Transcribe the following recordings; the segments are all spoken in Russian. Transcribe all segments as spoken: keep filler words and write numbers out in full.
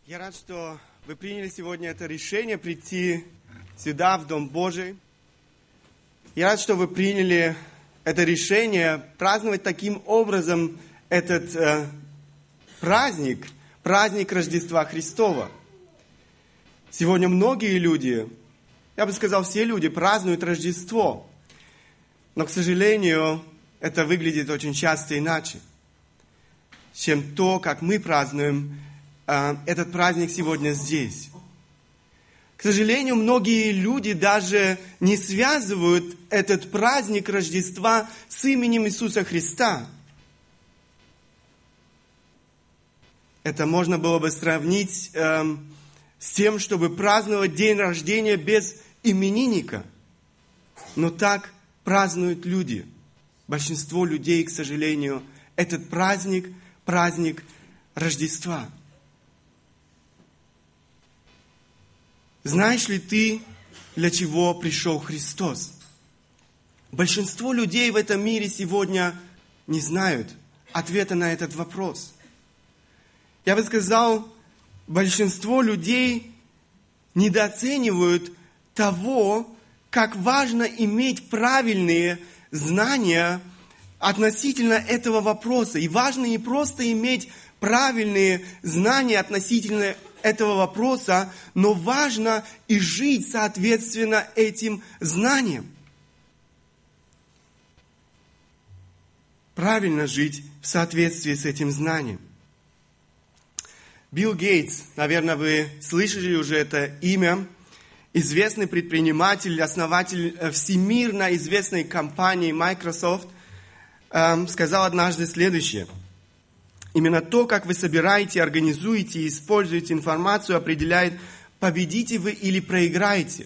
Я рад, что вы приняли сегодня это решение прийти сюда, в Дом Божий. Я рад, что вы приняли это решение праздновать таким образом этот э, праздник, праздник Рождества Христова. Сегодня многие люди, я бы сказал, все люди празднуют Рождество. Но, к сожалению, это выглядит очень часто иначе, чем то, как мы празднуем э, этот праздник сегодня здесь. К сожалению, многие люди даже не связывают этот праздник Рождества с именем Иисуса Христа. Это можно было бы сравнить э, с тем, чтобы праздновать день рождения без именинника. Но так празднуют люди. Большинство людей, к сожалению, этот праздник – праздник Рождества. Знаешь ли ты, для чего пришел Христос? Большинство людей в этом мире сегодня не знают ответа на этот вопрос. Я бы сказал, большинство людей недооценивают того, как важно иметь правильные знания относительно этого вопроса. И важно не просто иметь правильные знания относительно этого вопроса, но важно и жить соответственно этим знаниям. Правильно жить в соответствии с этим знанием. Билл Гейтс, наверное, вы слышали уже это имя, известный предприниматель, основатель всемирно известной компании Microsoft, сказал однажды следующее. Именно то, как вы собираете, организуете и используете информацию, определяет, победите вы или проиграете.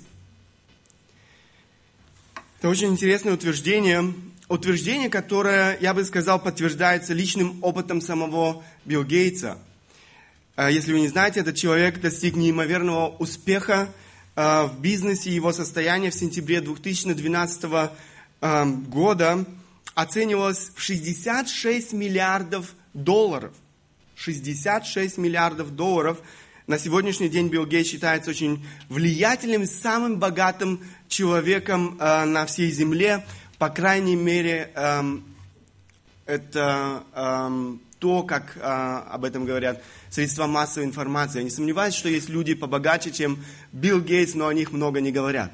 Это очень интересное утверждение. Утверждение, которое, я бы сказал, подтверждается личным опытом самого Билла Гейтса. Если вы не знаете, этот человек достиг неимоверного успеха в бизнесе. Его состояние в сентябре две тысячи двенадцатого года оценивалось в шестьдесят шесть миллиардов долларов. шестьдесят шесть миллиардов долларов. На сегодняшний день Билл Гейтс считается очень влиятельным, самым богатым человеком э, на всей земле. По крайней мере, э, это э, то, как э, об этом говорят средства массовой информации. Я не сомневаюсь, что есть люди побогаче, чем Билл Гейтс, но о них много не говорят.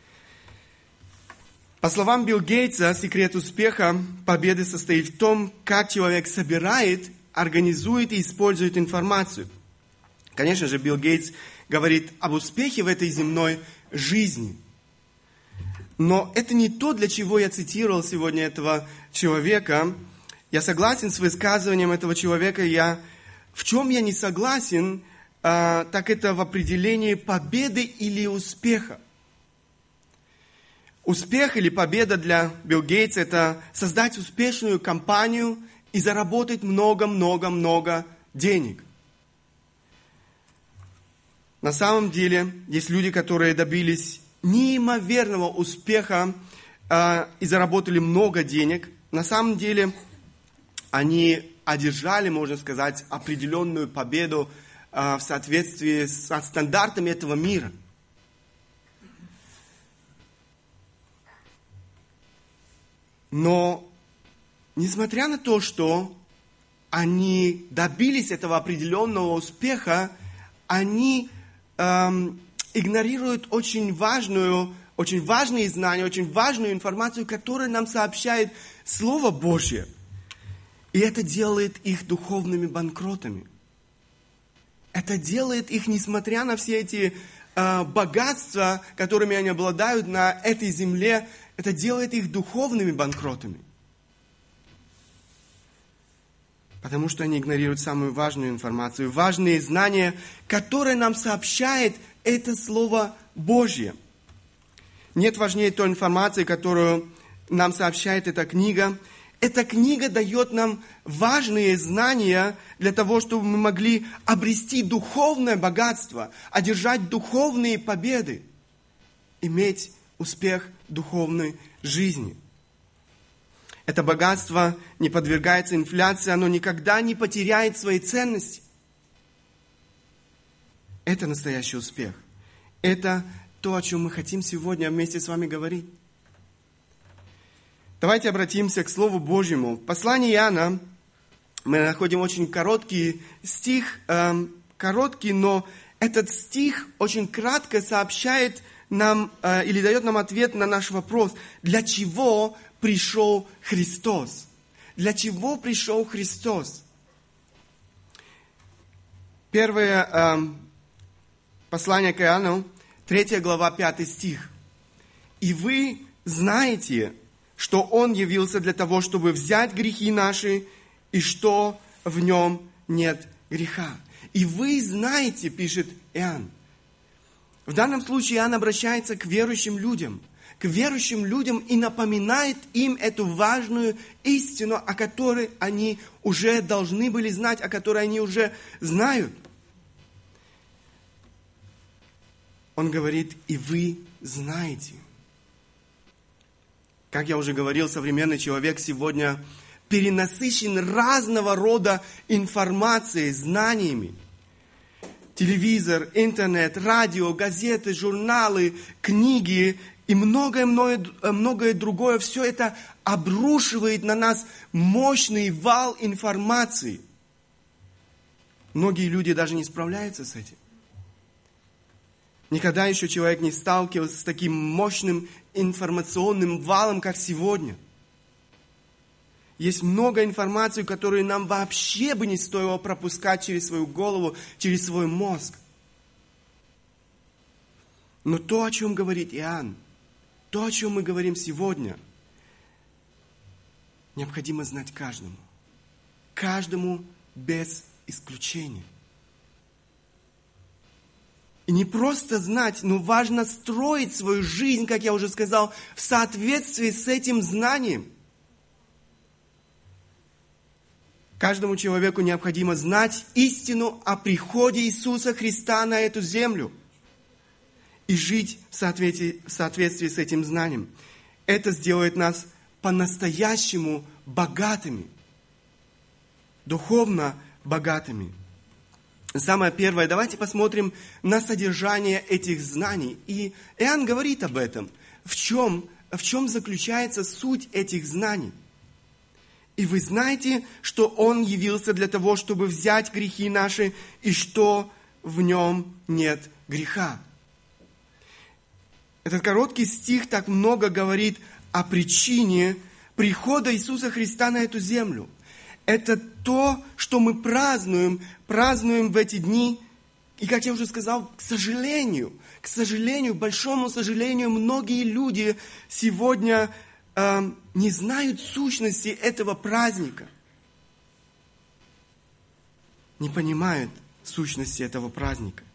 По словам Билла Гейтса, секрет успеха, победы состоит в том, как человек собирает, организует и использует информацию. Конечно же, Билл Гейтс говорит об успехе в этой земной жизни. Но это не то, для чего я цитировал сегодня этого человека. Я согласен с высказыванием этого человека. Я, в чем я не согласен, а, так это в определении победы или успеха. Успех или победа для Билла Гейтса – это создать успешную компанию и заработать много-много-много денег. На самом деле, есть люди, которые добились неимоверного успеха э, и заработали много денег. На самом деле, они одержали, можно сказать, определенную победу э, в соответствии со стандартами этого мира. Но, несмотря на то, что они добились этого определенного успеха, они эм, игнорируют очень важную, очень важные знания, очень важную информацию, которую нам сообщает Слово Божье. И это делает их духовными банкротами. Это делает их, несмотря на все эти э, богатства, которыми они обладают на этой земле, это делает их духовными банкротами. Потому что они игнорируют самую важную информацию, важные знания, которые нам сообщает это Слово Божье. Нет важнее той информации, которую нам сообщает эта книга. Эта книга дает нам важные знания для того, чтобы мы могли обрести духовное богатство, одержать духовные победы, иметь успех духовной жизни. Это богатство не подвергается инфляции, оно никогда не потеряет своей ценности. Это настоящий успех. Это то, о чем мы хотим сегодня вместе с вами говорить. Давайте обратимся к Слову Божьему. В послании Иоанна мы находим очень короткий стих, э, короткий, но этот стих очень кратко сообщает нам э, или дает нам ответ на наш вопрос, для чего пришел Христос? Для чего пришел Христос? Первое э, послание к Иоанну, третья глава, пятый стих. «И вы знаете, что Он явился для того, чтобы взять грехи наши, и что в Нем нет греха». И вы знаете, пишет Иоанн. В данном случае Иоанн обращается к верующим людям, к верующим людям и напоминает им эту важную истину, о которой они уже должны были знать, о которой они уже знают. Он говорит, и вы знаете. Как я уже говорил, современный человек сегодня перенасыщен разного рода информацией, знаниями. Телевизор, интернет, радио, газеты, журналы, книги и многое-многое многое другое. Все это обрушивает на нас мощный вал информации. Многие люди даже не справляются с этим. Никогда еще человек не сталкивался с таким мощным информационным валом, как сегодня. Есть много информации, которую нам вообще бы не стоило пропускать через свою голову, через свой мозг. Но то, о чем говорит Иоанн, то, о чем мы говорим сегодня, необходимо знать каждому. Каждому без исключения. И не просто знать, но важно строить свою жизнь, как я уже сказал, в соответствии с этим знанием. Каждому человеку необходимо знать истину о приходе Иисуса Христа на эту землю и жить в соответствии, в соответствии с этим знанием. Это сделает нас по-настоящему богатыми, духовно богатыми. Самое первое, давайте посмотрим на содержание этих знаний. И Иоанн говорит об этом. В чем, в чем заключается суть этих знаний? И вы знаете, что Он явился для того, чтобы взять грехи наши, и что в Нем нет греха. Этот короткий стих так много говорит о причине прихода Иисуса Христа на эту землю. Это то, что мы празднуем, празднуем в эти дни. И, как я уже сказал, к сожалению, к сожалению, большому сожалению, многие люди сегодня э, не знают сущности этого праздника. Не понимают сущности этого праздника.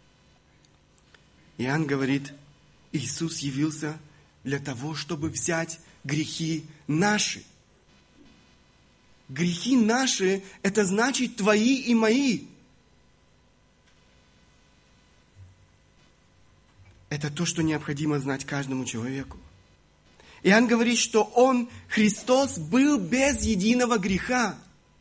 Иоанн говорит, Иисус явился для того, чтобы взять грехи наши. Грехи наши – это значит твои и мои. Это то, что необходимо знать каждому человеку. Иоанн говорит, что Он, Христос, был без единого греха.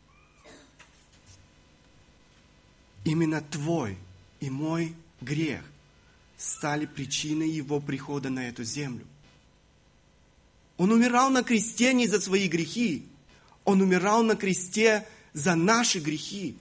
Именно твой и мой грех стали причиной Его прихода на эту землю. Он умирал на кресте не за свои грехи. Он умирал на кресте за наши грехи.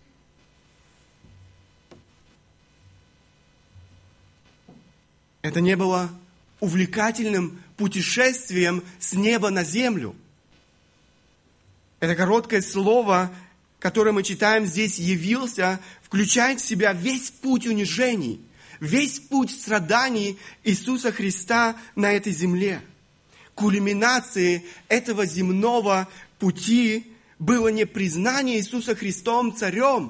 Это не было увлекательным путешествием с неба на землю. Это короткое слово, которое мы читаем здесь, «явился», включает в себя весь путь унижений, весь путь страданий Иисуса Христа на этой земле. Кульминацией этого земного пути было не признание Иисуса Христом царем,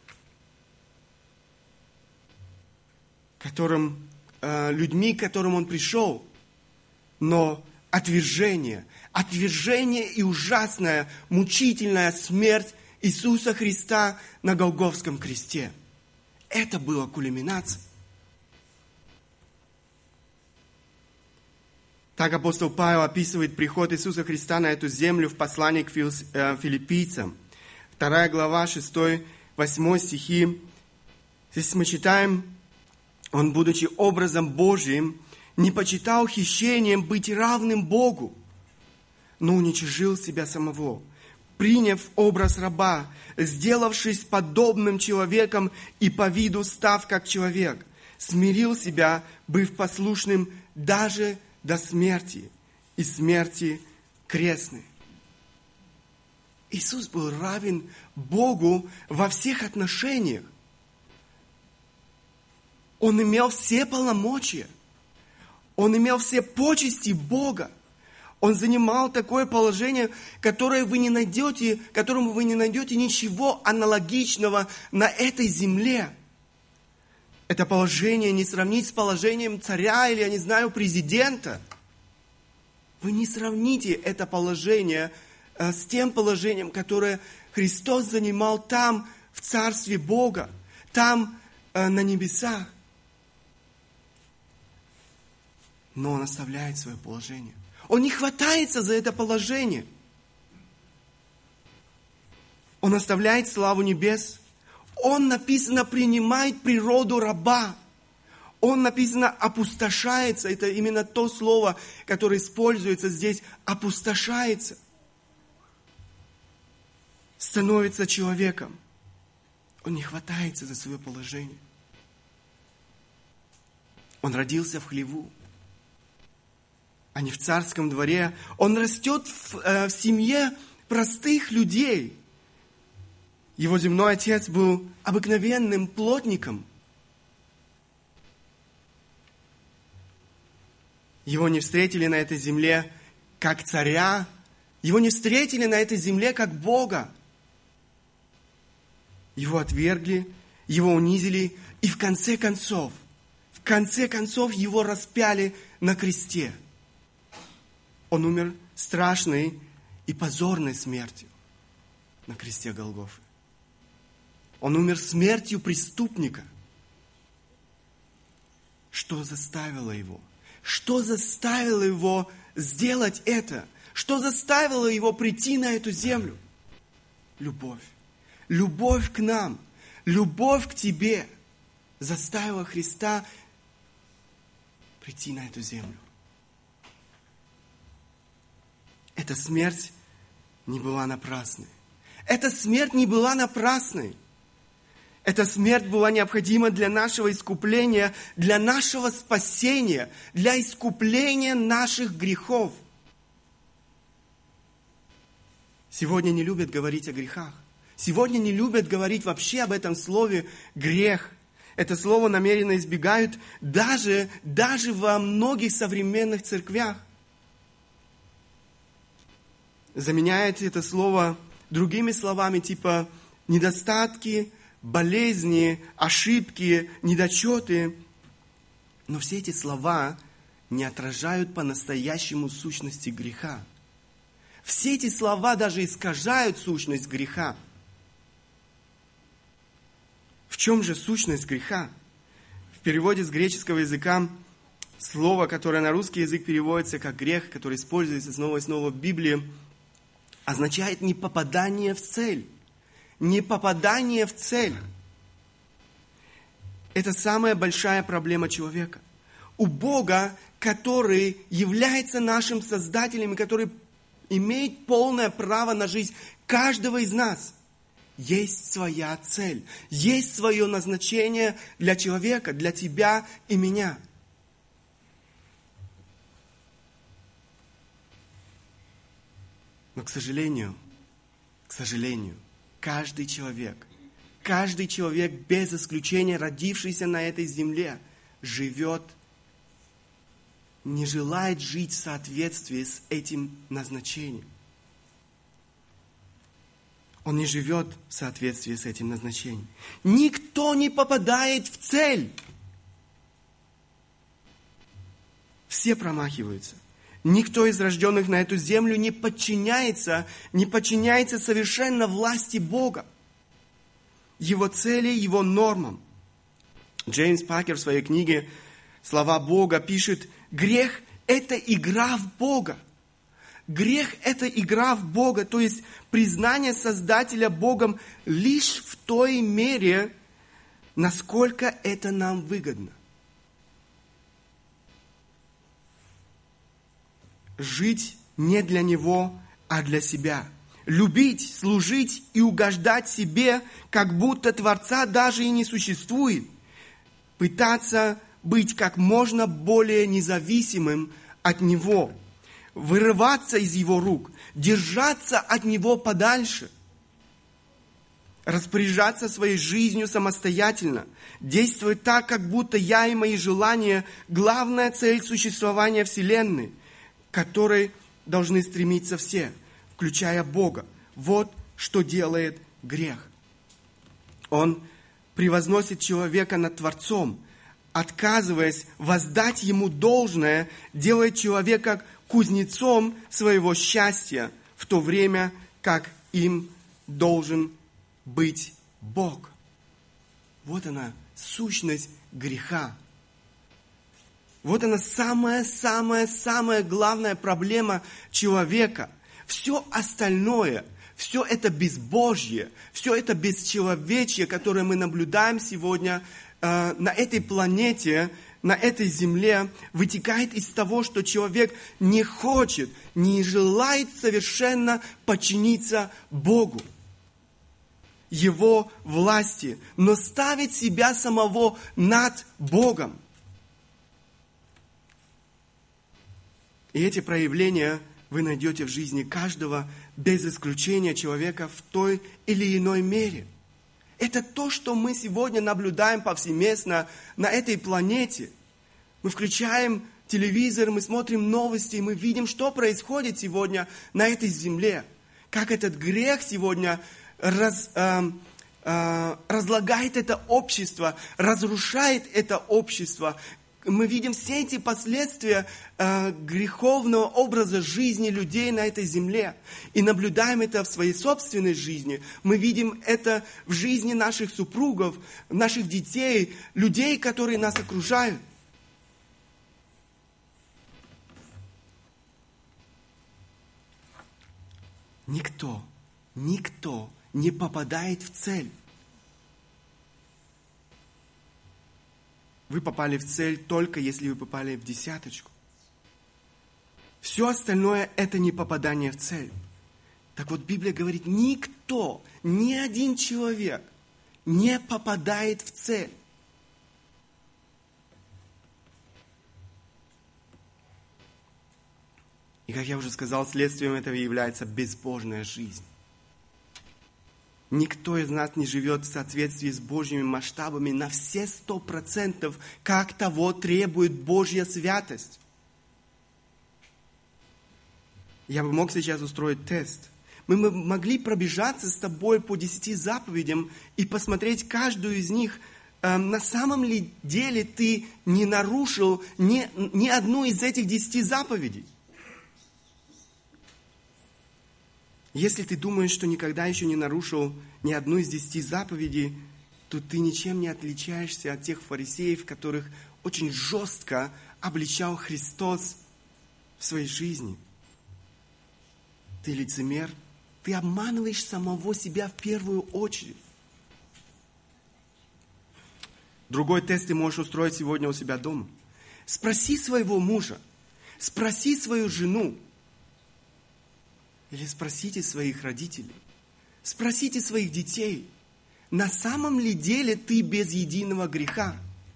которым, э, людьми, к которым Он пришел, но отвержение, отвержение и ужасная, мучительная смерть Иисуса Христа на Голгофском кресте. Это было кульминацией. Так апостол Павел описывает приход Иисуса Христа на эту землю в послании к филиппийцам. Вторая глава, шестой, восьмой стихи. Здесь мы читаем, он, будучи образом Божьим, не почитал хищением быть равным Богу, но уничижил себя самого, приняв образ раба, сделавшись подобным человеком и по виду став как человек, смирил себя, быв послушным даже до смерти и смерти крестной. Иисус был равен Богу во всех отношениях. Он имел все полномочия. Он имел все почести Бога. Он занимал такое положение, которое вы не найдете, которому вы не найдете ничего аналогичного на этой земле. Это положение не сравнить с положением царя или, я не знаю, президента. Вы не сравните это положение э, с тем положением, которое Христос занимал там, в Царстве Бога, там, э, на небесах. Но Он оставляет свое положение. Он не хватается за это положение. Он оставляет славу небес. Он, написано, принимает природу раба. Он, написано, опустошается. Это именно то слово, которое используется здесь. Опустошается. Становится человеком. Он не хватается за свое положение. Он родился в хлеву, а не в царском дворе. Он растет в, э, в семье простых людей. Его земной отец был обыкновенным плотником. Его не встретили на этой земле как царя. Его не встретили на этой земле как Бога. Его отвергли, его унизили, и в конце концов, в конце концов его распяли на кресте. Он умер страшной и позорной смертью на кресте Голгофы. Он умер смертью преступника. Что заставило его? Что заставило его сделать это? Что заставило его прийти на эту землю? Любовь. Любовь к нам, любовь к тебе заставила Христа прийти на эту землю. Эта смерть не была напрасной. Эта смерть не была напрасной. Эта смерть была необходима для нашего искупления, для нашего спасения, для искупления наших грехов. Сегодня не любят говорить о грехах. Сегодня не любят говорить вообще об этом слове «грех». Это слово намеренно избегают даже, даже во многих современных церквях. Заменяет это слово другими словами типа недостатки, болезни, ошибки, недочеты. Но все эти слова не отражают по-настоящему сущности греха. Все эти слова даже искажают сущность греха. В чем же сущность греха? В переводе с греческого языка слово, которое на русский язык переводится как грех, которое используется снова и снова в Библии, означает непопадание в цель. Непопадание в цель. Это самая большая проблема человека. У Бога, который является нашим Создателем и который имеет полное право на жизнь каждого из нас, есть своя цель, есть свое назначение для человека, для тебя и меня. Но, к сожалению, к сожалению, каждый человек, каждый человек без исключения, родившийся на этой земле, живет, не желает жить в соответствии с этим назначением. Он не живет в соответствии с этим назначением. Никто не попадает в цель. Все промахиваются. Никто из рожденных на эту землю не подчиняется, не подчиняется совершенно власти Бога, Его цели, Его нормам. Джеймс Пакер в своей книге «Слова Бога» пишет: грех – это игра в Бога. Грех – это игра в Бога, то есть признание Создателя Богом лишь в той мере, насколько это нам выгодно. Жить не для Него, а для себя. Любить, служить и угождать себе, как будто Творца даже и не существует. Пытаться быть как можно более независимым от Него. Вырываться из Его рук. Держаться от Него подальше. Распоряжаться своей жизнью самостоятельно. Действовать так, как будто я и мои желания – главная цель существования Вселенной, к которой должны стремиться все, включая Бога. Вот что делает грех. Он превозносит человека над Творцом, отказываясь воздать ему должное, делает человека кузнецом своего счастья, в то время как им должен быть Бог. Вот она, сущность греха. Вот она самая-самая-самая главная проблема человека. Все остальное, все это безбожье, все это бесчеловечье, которое мы наблюдаем сегодня э, на этой планете, на этой земле, вытекает из того, что человек не хочет, не желает совершенно подчиниться Богу, Его власти, но ставит себя самого над Богом. И эти проявления вы найдете в жизни каждого, без исключения человека, в той или иной мере. Это то, что мы сегодня наблюдаем повсеместно на этой планете. Мы включаем телевизор, мы смотрим новости, и мы видим, что происходит сегодня на этой земле. Как этот грех сегодня раз, э, э, разлагает это общество, разрушает это общество. Мы видим все эти последствия э, греховного образа жизни людей на этой земле. И наблюдаем это в своей собственной жизни. Мы видим это в жизни наших супругов, наших детей, людей, которые нас окружают. Никто, никто не попадает в цель. Вы попали в цель только если вы попали в десяточку. Все остальное – это не попадание в цель. Так вот, Библия говорит, никто, ни один человек не попадает в цель. И, как я уже сказал, следствием этого является безбожная жизнь. Никто из нас не живет в соответствии с Божьими масштабами на все сто процентов, как того требует Божья святость. Я бы мог сейчас устроить тест. Мы могли пробежаться с тобой по десяти заповедям и посмотреть каждую из них. Э, на самом ли деле ты не нарушил ни, ни одну из этих десяти заповедей? Если ты думаешь, что никогда еще не нарушил ни одну из десяти заповедей, то ты ничем не отличаешься от тех фарисеев, которых очень жестко обличал Христос в своей жизни. Ты лицемер, ты обманываешь самого себя в первую очередь. Другой тест ты можешь устроить сегодня у себя дома. Спроси своего мужа, спроси свою жену, или спросите своих родителей, спросите своих детей, на самом ли деле ты без единого греха?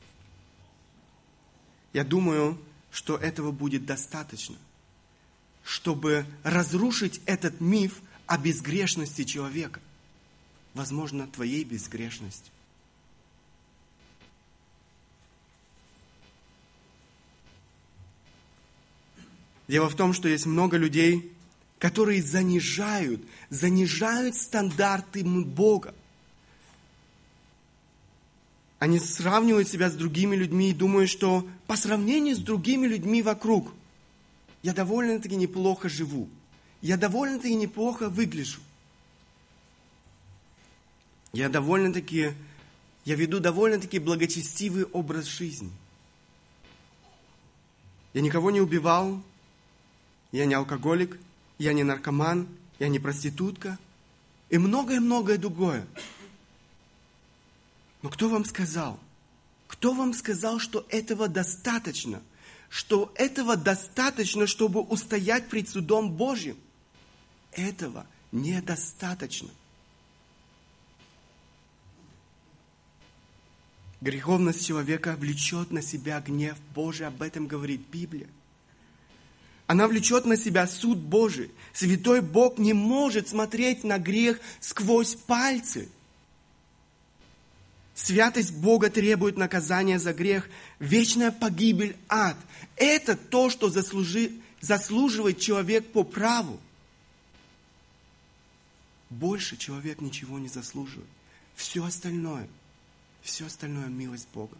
Я думаю, что этого будет достаточно, чтобы разрушить этот миф о безгрешности человека. Возможно, твоей безгрешности. Дело в том, что есть много людей, которые занижают, занижают стандарты Бога. Они сравнивают себя с другими людьми и думают, что по сравнению с другими людьми вокруг я довольно-таки неплохо живу, я довольно-таки неплохо выгляжу, я довольно-таки, я веду довольно-таки благочестивый образ жизни. Я никого не убивал, я не алкоголик, я не наркоман, я не проститутка и многое-многое другое. Но кто вам сказал? Кто вам сказал, что этого достаточно? Что этого достаточно, чтобы устоять пред судом Божьим? Этого недостаточно. Греховность человека влечет на себя гнев Божий, об этом говорит Библия. Она влечет на себя суд Божий. Святой Бог не может смотреть на грех сквозь пальцы. Святость Бога требует наказания за грех, вечная погибель, ад. Это то, что заслужи, заслуживает человек по праву. Больше человек ничего не заслуживает. Все остальное, все остальное милость Бога.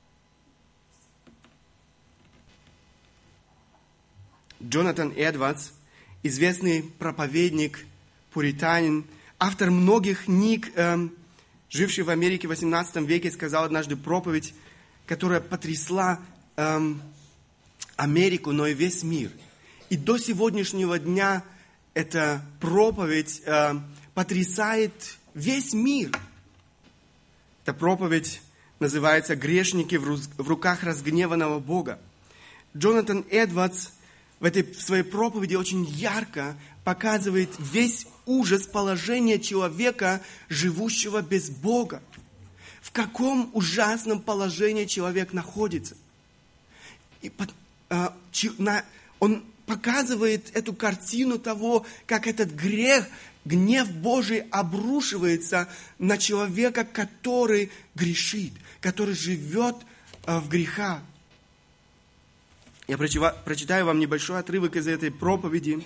Джонатан Эдвардс, известный проповедник, пуританин, автор многих книг, эм, живший в Америке в восемнадцатом веке, сказал однажды проповедь, которая потрясла эм, Америку, но и весь мир. И до сегодняшнего дня эта проповедь э, потрясает весь мир. Эта проповедь называется «Грешники в руках разгневанного Бога». Джонатан Эдвардс в этой в своей проповеди очень ярко показывает весь ужас положения человека, живущего без Бога. В каком ужасном положении человек находится. И, э, чи, на, он показывает эту картину того, как этот грех, гнев Божий обрушивается на человека, который грешит, который живет э, в грехах. Я прочитаю вам небольшой отрывок из этой проповеди.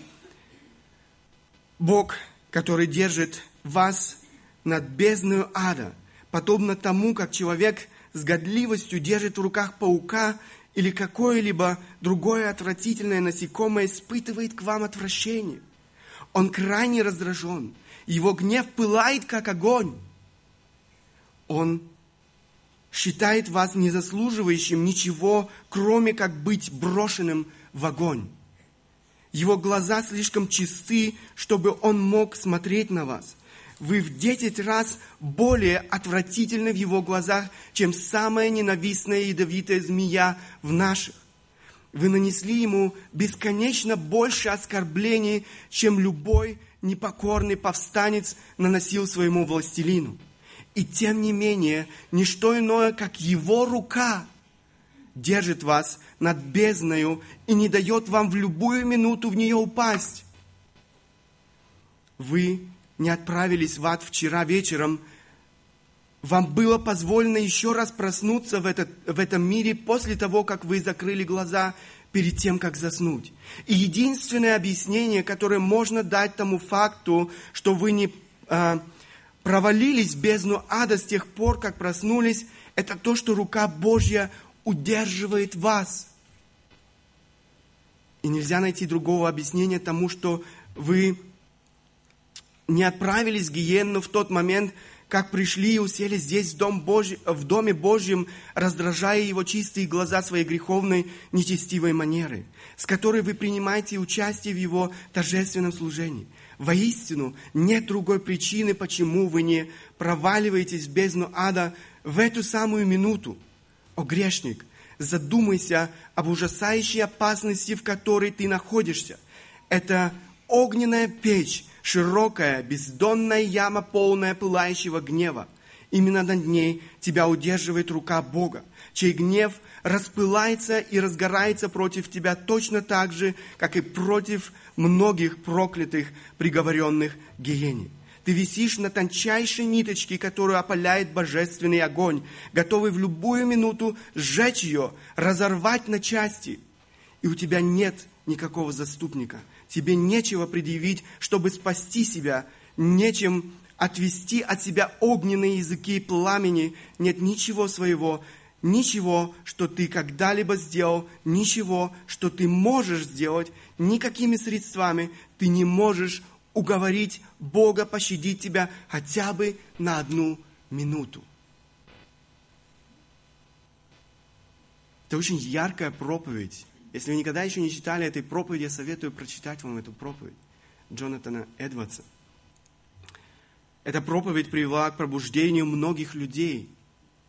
Бог, который держит вас над бездною ада, подобно тому, как человек с годливостью держит в руках паука или какое-либо другое отвратительное насекомое, испытывает к вам отвращение. Он крайне раздражен. Его гнев пылает, как огонь. Он считает вас незаслуживающим ничего, кроме как быть брошенным в огонь. Его глаза слишком чисты, чтобы он мог смотреть на вас. Вы в десять раз более отвратительны в его глазах, чем самая ненавистная ядовитая змея в наших. Вы нанесли ему бесконечно больше оскорблений, чем любой непокорный повстанец наносил своему властелину. И тем не менее, ничто иное, как его рука, держит вас над бездною и не дает вам в любую минуту в нее упасть. Вы не отправились в ад вчера вечером. Вам было позволено еще раз проснуться в, этот, в этом мире после того, как вы закрыли глаза перед тем, как заснуть. И единственное объяснение, которое можно дать тому факту, что вы не э, провалились в бездну ада с тех пор, как проснулись, это то, что рука Божья удерживает вас. И нельзя найти другого объяснения тому, что вы не отправились в гиенну в тот момент, как пришли и усели здесь, в, дом Божий, в Доме Божьем, раздражая его чистые глаза своей греховной, нечестивой манеры, с которой вы принимаете участие в его торжественном служении. Воистину, нет другой причины, почему вы не проваливаетесь в бездну ада в эту самую минуту. О, грешник, задумайся об ужасающей опасности, в которой ты находишься. Это огненная печь, широкая, бездонная яма, полная пылающего гнева. Именно над ней тебя удерживает рука Бога, чей гнев распылается и разгорается против тебя точно так же, как и против многих проклятых, приговоренных к гиене. Ты висишь на тончайшей ниточке, которую опаляет божественный огонь, готовый в любую минуту сжечь ее, разорвать на части. И у тебя нет никакого заступника. Тебе нечего предъявить, чтобы спасти себя, нечем отвести от себя огненные языки пламени. Нет ничего своего, ничего, что ты когда-либо сделал, ничего, что ты можешь сделать, никакими средствами ты не можешь уговорить Бога пощадить тебя хотя бы на одну минуту. Это очень яркая проповедь. Если вы никогда еще не читали этой проповеди, я советую прочитать вам эту проповедь Джонатана Эдвардса. Эта проповедь привела к пробуждению многих людей.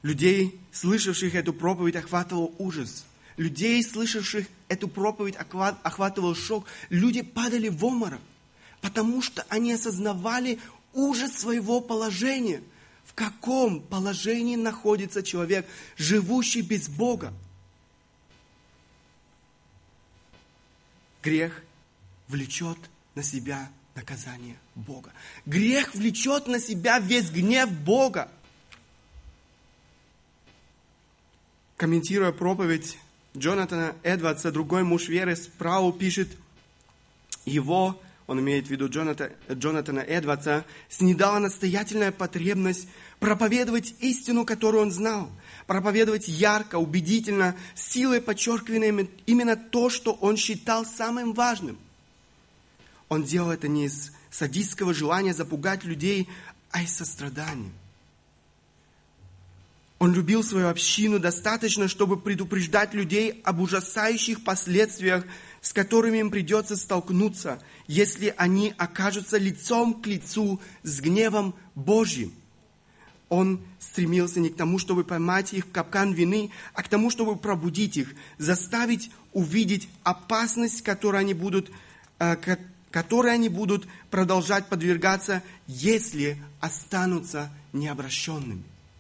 Людей, слышавших эту проповедь, охватывал ужас. Людей, слышавших эту проповедь, охватывал шок. Люди падали в обморок, потому что они осознавали ужас своего положения. В каком положении находится человек, живущий без Бога? Грех влечет на себя наказание Бога. Грех влечет на себя весь гнев Бога. Комментируя проповедь Джонатана Эдвардса, другой муж веры Спрау пишет: его, он имеет в виду Джонатана, Джонатана Эдвардса, снедала настоятельная потребность проповедовать истину, которую он знал, проповедовать ярко, убедительно, силой подчеркивая именно то, что он считал самым важным. Он делал это не из садистского желания запугать людей, а из сострадания. Он любил свою общину достаточно, чтобы предупреждать людей об ужасающих последствиях, с которыми им придется столкнуться, если они окажутся лицом к лицу с гневом Божьим. Он стремился не к тому, чтобы поймать их в капкан вины, а к тому, чтобы пробудить их, заставить увидеть опасность, которой они будут, которой они будут продолжать подвергаться, если останутся необращенными.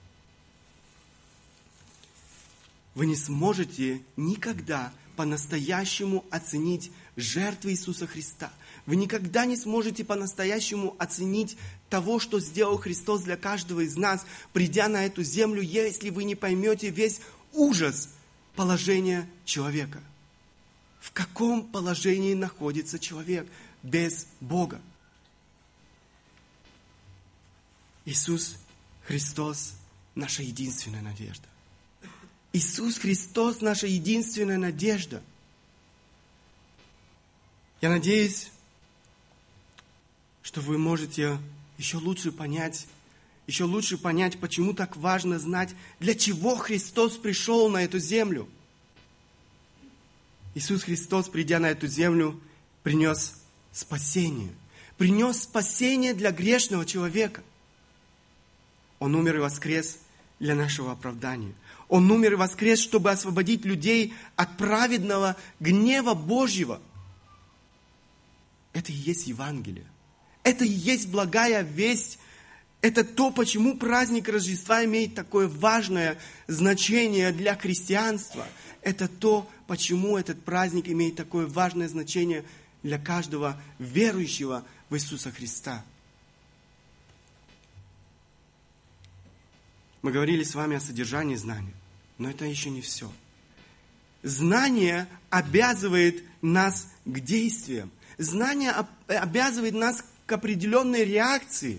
Вы не сможете никогда по-настоящему оценить жертву Иисуса Христа. Вы никогда не сможете по-настоящему оценить того, что сделал Христос для каждого из нас, придя на эту землю, если вы не поймете весь ужас положения человека. В каком положении находится человек без Бога? Иисус Христос – наша единственная надежда. Иисус Христос – наша единственная надежда. Я надеюсь, что вы можете еще лучше понять, еще лучше понять, почему так важно знать, для чего Христос пришел на эту землю. Иисус Христос, придя на эту землю, принес спасение. Принес спасение для грешного человека. Он умер и воскрес для нашего оправдания. Он умер и воскрес, чтобы освободить людей от праведного гнева Божьего. Это и есть Евангелие. Это и есть благая весть. Это то, почему праздник Рождества имеет такое важное значение для христианства. Это то, почему этот праздник имеет такое важное значение для каждого верующего в Иисуса Христа. Мы говорили с вами о содержании знания, но это еще не все. Знание обязывает нас к действиям. Знание обязывает нас к определенной реакции.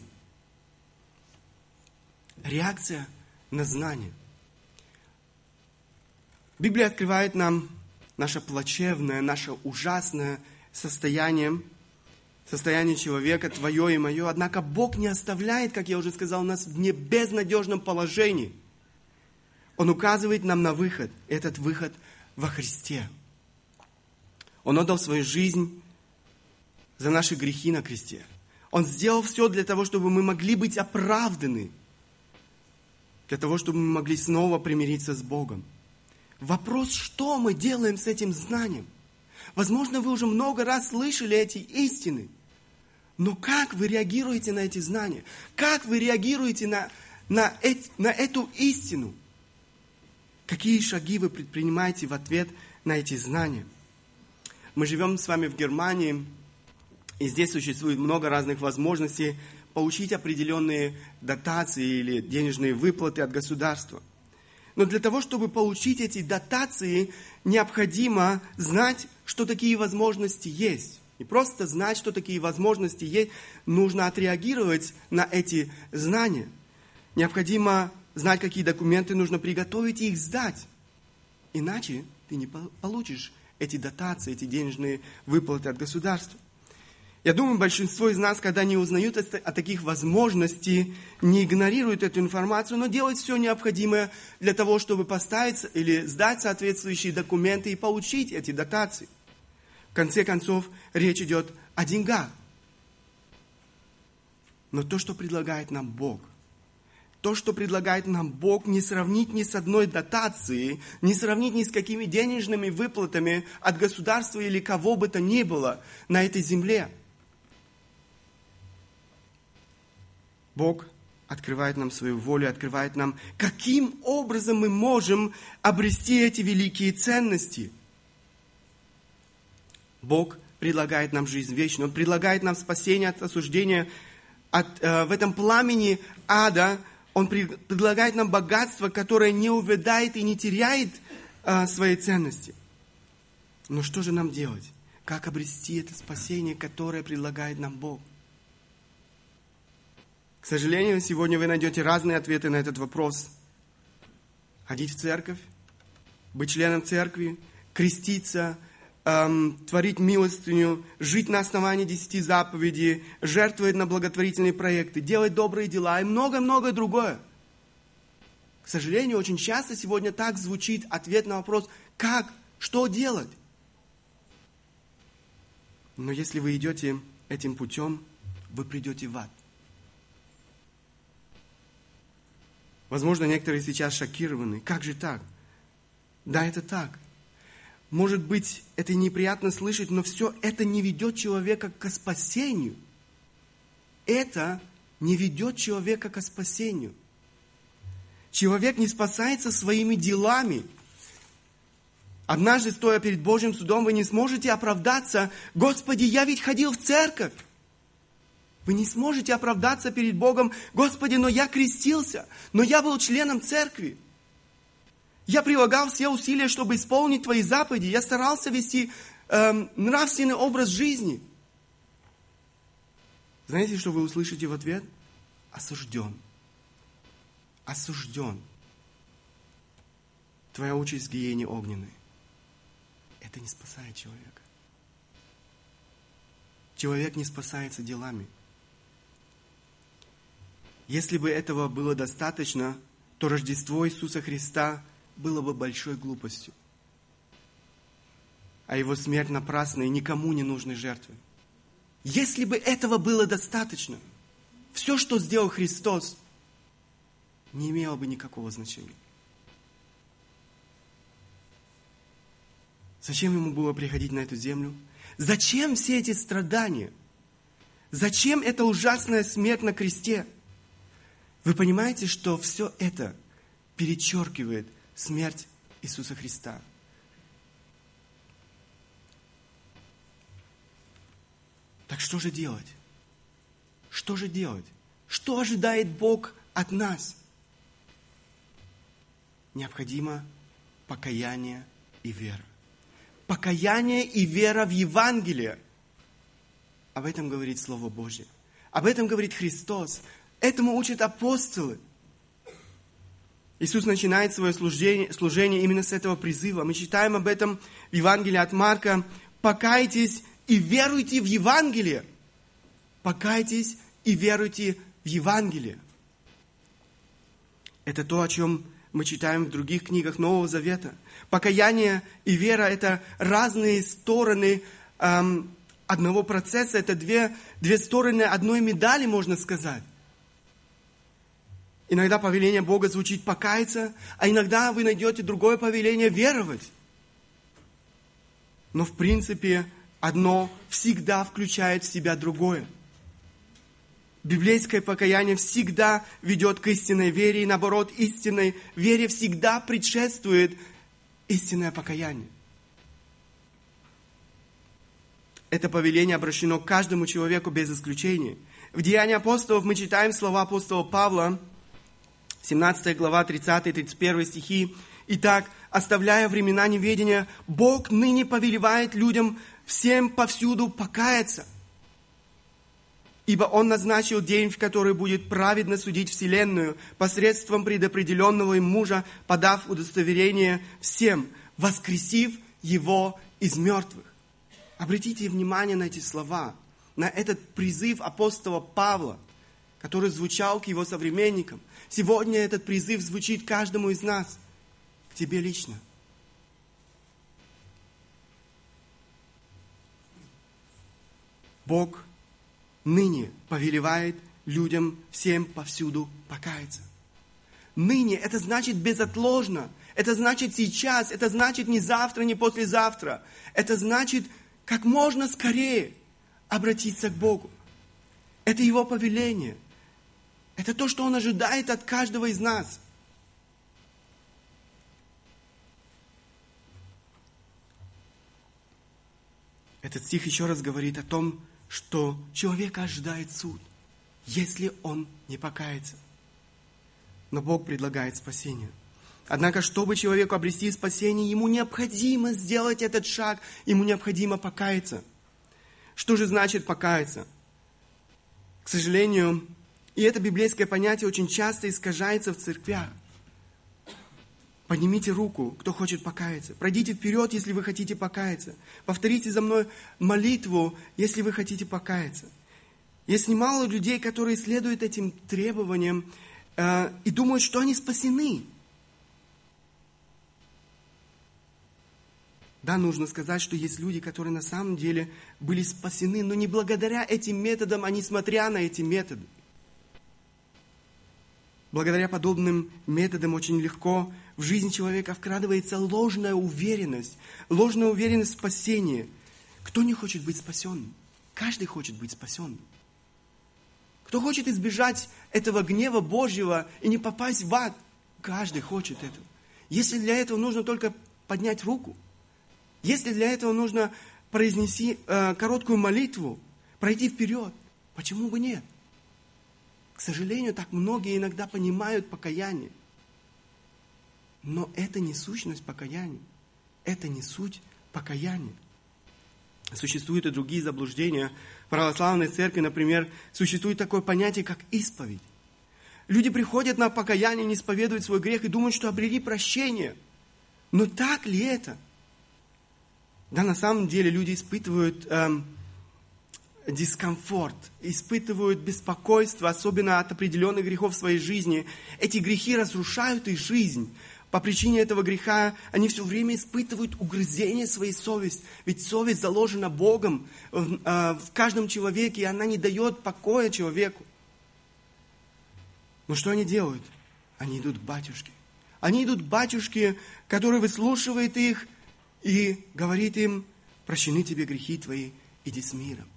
Реакция на знание. Библия открывает нам наше плачевное, наше ужасное состояние, состояние человека, твое и мое. Однако Бог не оставляет, как я уже сказал, нас в безнадежном положении. Он указывает нам на выход. Этот выход во Христе. Он отдал свою жизнь за наши грехи на кресте. Он сделал все для того, чтобы мы могли быть оправданы. Для того, чтобы мы могли снова примириться с Богом. Вопрос, что мы делаем с этим знанием? Возможно, вы уже много раз слышали эти истины. Но как вы реагируете на эти знания? Как вы реагируете на, на, эти, на эту истину? Какие шаги вы предпринимаете в ответ на эти знания? Мы живем с вами в Германии, и здесь существует много разных возможностей получить определенные дотации или денежные выплаты от государства. Но для того, чтобы получить эти дотации, необходимо знать, что такие возможности есть. Не просто знать, что такие возможности есть, нужно отреагировать на эти знания. Необходимо знать, какие документы нужно приготовить и их сдать. Иначе ты не получишь эти дотации, эти денежные выплаты от государства. Я думаю, большинство из нас, когда не узнают о таких возможностях, не игнорируют эту информацию, но делают все необходимое для того, чтобы поставить или сдать соответствующие документы и получить эти дотации. В конце концов, речь идет о деньгах. Но то, что предлагает нам Бог, то, что предлагает нам Бог, не сравнить ни с одной дотацией, не сравнить ни с какими денежными выплатами от государства или кого бы то ни было на этой земле. Бог открывает нам свою волю, открывает нам, каким образом мы можем обрести эти великие ценности. Бог предлагает нам жизнь вечную, Он предлагает нам спасение от осуждения. От, э, в этом пламени ада Он пред, предлагает нам богатство, которое не увядает и не теряет э, своей ценности. Но что же нам делать? Как обрести это спасение, которое предлагает нам Бог? К сожалению, сегодня вы найдете разные ответы на этот вопрос. Ходить в церковь, быть членом церкви, креститься, эм, творить милостыню, жить на основании десяти заповедей, жертвовать на благотворительные проекты, делать добрые дела и много-много другое. К сожалению, очень часто сегодня так звучит ответ на вопрос, как, что делать? Но если вы идете этим путем, вы придете в ад. Возможно, некоторые сейчас шокированы. Как же так? Да, это так. Может быть, это неприятно слышать, но все это не ведет человека к спасению. Это не ведет человека к спасению. Человек не спасается своими делами. Однажды, стоя перед Божьим судом, вы не сможете оправдаться. Господи, я ведь ходил в церковь. Вы не сможете оправдаться перед Богом. Господи, но я крестился, но я был членом церкви. Я прилагал все усилия, чтобы исполнить Твои заповеди. Я старался вести эм, нравственный образ жизни. Знаете, что вы услышите в ответ? Осужден. Осужден. Твоя участь в гиене огненной. Это не спасает человека. Человек не спасается делами. Если бы этого было достаточно, то Рождество Иисуса Христа было бы большой глупостью. А Его смерть напрасной, никому не нужной жертвой. Если бы этого было достаточно, все, что сделал Христос, не имело бы никакого значения. Зачем Ему было приходить на эту землю? Зачем все эти страдания? Зачем эта ужасная смерть на кресте? Вы понимаете, что все это перечеркивает смерть Иисуса Христа? Так что же делать? Что же делать? Что ожидает Бог от нас? Необходимо покаяние и вера. Покаяние и вера в Евангелие. Об этом говорит Слово Божье. Об этом говорит Христос. Этому учат апостолы. Иисус начинает свое служение, служение именно с этого призыва. Мы читаем об этом в Евангелии от Марка. «Покайтесь и веруйте в Евангелие». Покайтесь и веруйте в Евангелие. Это то, о чем мы читаем в других книгах Нового Завета. Покаяние и вера – это разные стороны эм, одного процесса. Это две, две стороны одной медали, можно сказать. Иногда повеление Бога звучит покаяться, а иногда вы найдете другое повеление веровать. Но в принципе одно всегда включает в себя другое. Библейское покаяние всегда ведет к истинной вере, и наоборот, истинной вере всегда предшествует истинное покаяние. Это повеление обращено к каждому человеку без исключения. В Деянии апостолов мы читаем слова апостола Павла, семнадцатая глава, тридцатый тридцать первый стихи. «Итак, оставляя времена неведения, Бог ныне повелевает людям всем повсюду покаяться. Ибо Он назначил день, в который будет праведно судить вселенную посредством предопределенного им мужа, подав удостоверение всем, воскресив Его из мертвых». Обратите внимание на эти слова, на этот призыв апостола Павла, который звучал к его современникам. Сегодня этот призыв звучит каждому из нас, к тебе лично. Бог ныне повелевает людям всем повсюду покаяться. ныне, это значит безотложно. Это значит сейчас, это значит не завтра, не послезавтра. Это значит как можно скорее обратиться к Богу. Это Его повеление. Это то, что Он ожидает от каждого из нас. Этот стих еще раз говорит о том, что человека ожидает суд, если он не покается. Но Бог предлагает спасение. Однако, чтобы человеку обрести спасение, ему необходимо сделать этот шаг, ему необходимо покаяться. Что же значит покаяться? К сожалению, и это библейское понятие очень часто искажается в церквях. Поднимите руку, кто хочет покаяться. Пройдите вперед, если вы хотите покаяться. Повторите за мной молитву, если вы хотите покаяться. Есть немало людей, которые следуют этим требованиям э, и думают, что они спасены. Да, нужно сказать, что есть люди, которые на самом деле были спасены, но не благодаря этим методам, а несмотря на эти методы. Благодаря подобным методам очень легко в жизнь человека вкрадывается ложная уверенность, ложная уверенность в спасении. Кто не хочет быть спасенным? Каждый хочет быть спасенным. Кто хочет избежать этого гнева Божьего и не попасть в ад? Каждый хочет этого. Если для этого нужно только поднять руку, если для этого нужно произнести э, короткую молитву, пройти вперед, почему бы нет? К сожалению, так многие иногда понимают покаяние. Но это не сущность покаяния. Это не суть покаяния. Существуют и другие заблуждения. В православной церкви, например, существует такое понятие, как исповедь. Люди приходят на покаяние, не исповедуют свой грех и думают, что обрели прощение. Но так ли это? Да, на самом деле люди испытывают эм, дискомфорт, испытывают беспокойство, особенно от определенных грехов в своей жизни. Эти грехи разрушают их жизнь. По причине этого греха они все время испытывают угрызение своей совести. Ведь совесть заложена Богом в, э, в каждом человеке, и она не дает покоя человеку. Но что они делают? Они идут к батюшке. Они идут к батюшке, который выслушивает их и говорит им: прощены тебе грехи твои, иди с миром.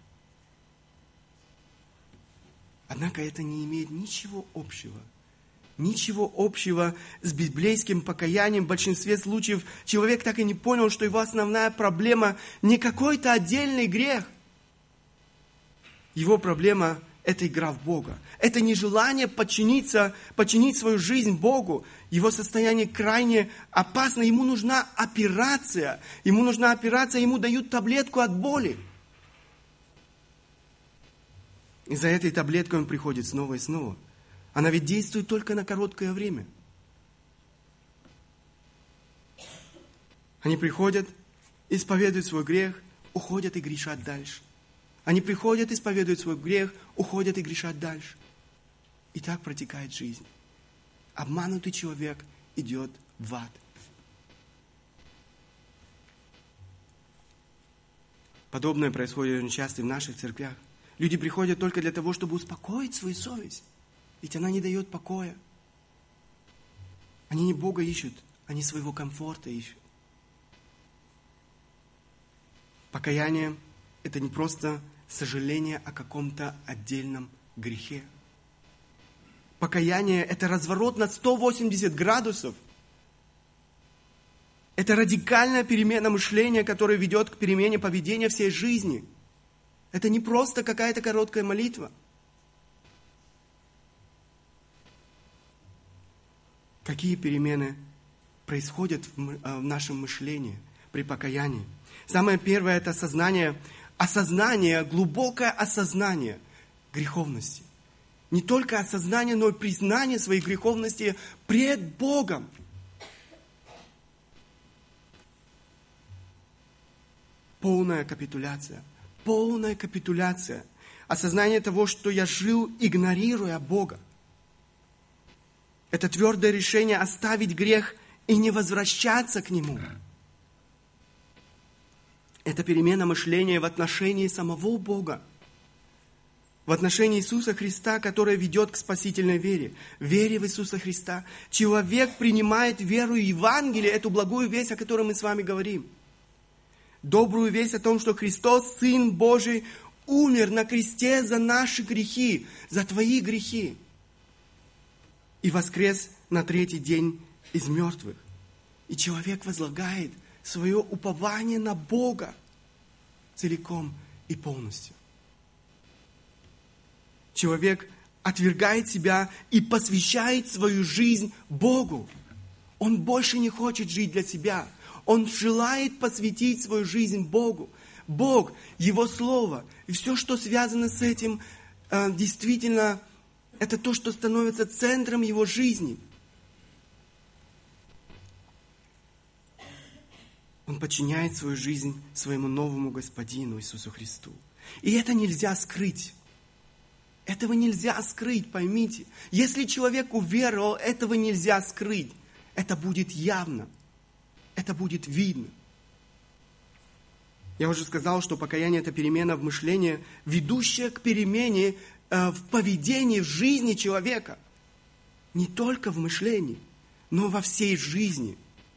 Однако это не имеет ничего общего. Ничего общего с библейским покаянием. В большинстве случаев человек так и не понял, что его основная проблема не какой-то отдельный грех. Его проблема – это игра в Бога. Это нежелание подчиниться, подчинить свою жизнь Богу. Его состояние крайне опасно. Ему нужна операция. Ему нужна операция, ему дают таблетку от боли. И за этой таблеткой он приходит снова и снова. Она ведь действует только на короткое время. Они приходят, исповедуют свой грех, уходят и грешат дальше. Они приходят, исповедуют свой грех, уходят и грешат дальше. И так протекает жизнь. Обманутый человек идет в ад. Подобное происходит очень часто и в наших церквях. Люди приходят только для того, чтобы успокоить свою совесть. Ведь она не дает покоя. Они не Бога ищут, они своего комфорта ищут. Покаяние – это не просто сожаление о каком-то отдельном грехе. Покаяние – это разворот на сто восемьдесят градусов. Это радикальная перемена мышления, которая ведет к перемене поведения всей жизни. Это не просто какая-то короткая молитва. Какие перемены происходят в нашем мышлении при покаянии? Самое первое – это осознание, осознание, глубокое осознание греховности. Не только осознание, но и признание своей греховности пред Богом. Полная капитуляция. Полная капитуляция. Осознание того, что я жил, игнорируя Бога. Это твердое решение оставить грех и не возвращаться к нему. Это перемена мышления в отношении самого Бога. в отношении Иисуса Христа, которая ведет к спасительной вере, вере в Иисуса Христа. Человек принимает веру в Евангелие, эту благую весть, о которой мы с вами говорим. Добрую весть о том, что Христос, Сын Божий, умер на кресте за наши грехи, за твои грехи. И воскрес на третий день из мертвых. И человек возлагает свое упование на Бога целиком и полностью. Человек отвергает себя и посвящает свою жизнь Богу. Он больше не хочет жить для себя. Он желает посвятить свою жизнь Богу. Бог, Его Слово и все, что связано с этим, действительно, это то, что становится центром его жизни. Он подчиняет свою жизнь своему новому Господину Иисусу Христу. И это нельзя скрыть. Этого нельзя скрыть, поймите. Если человек уверовал, этого нельзя скрыть. Это будет явно. Это будет видно. Я уже сказал, что покаяние – это перемена в мышлении, ведущая к перемене э, в поведении, в жизни человека. Не только в мышлении, но во всей жизни.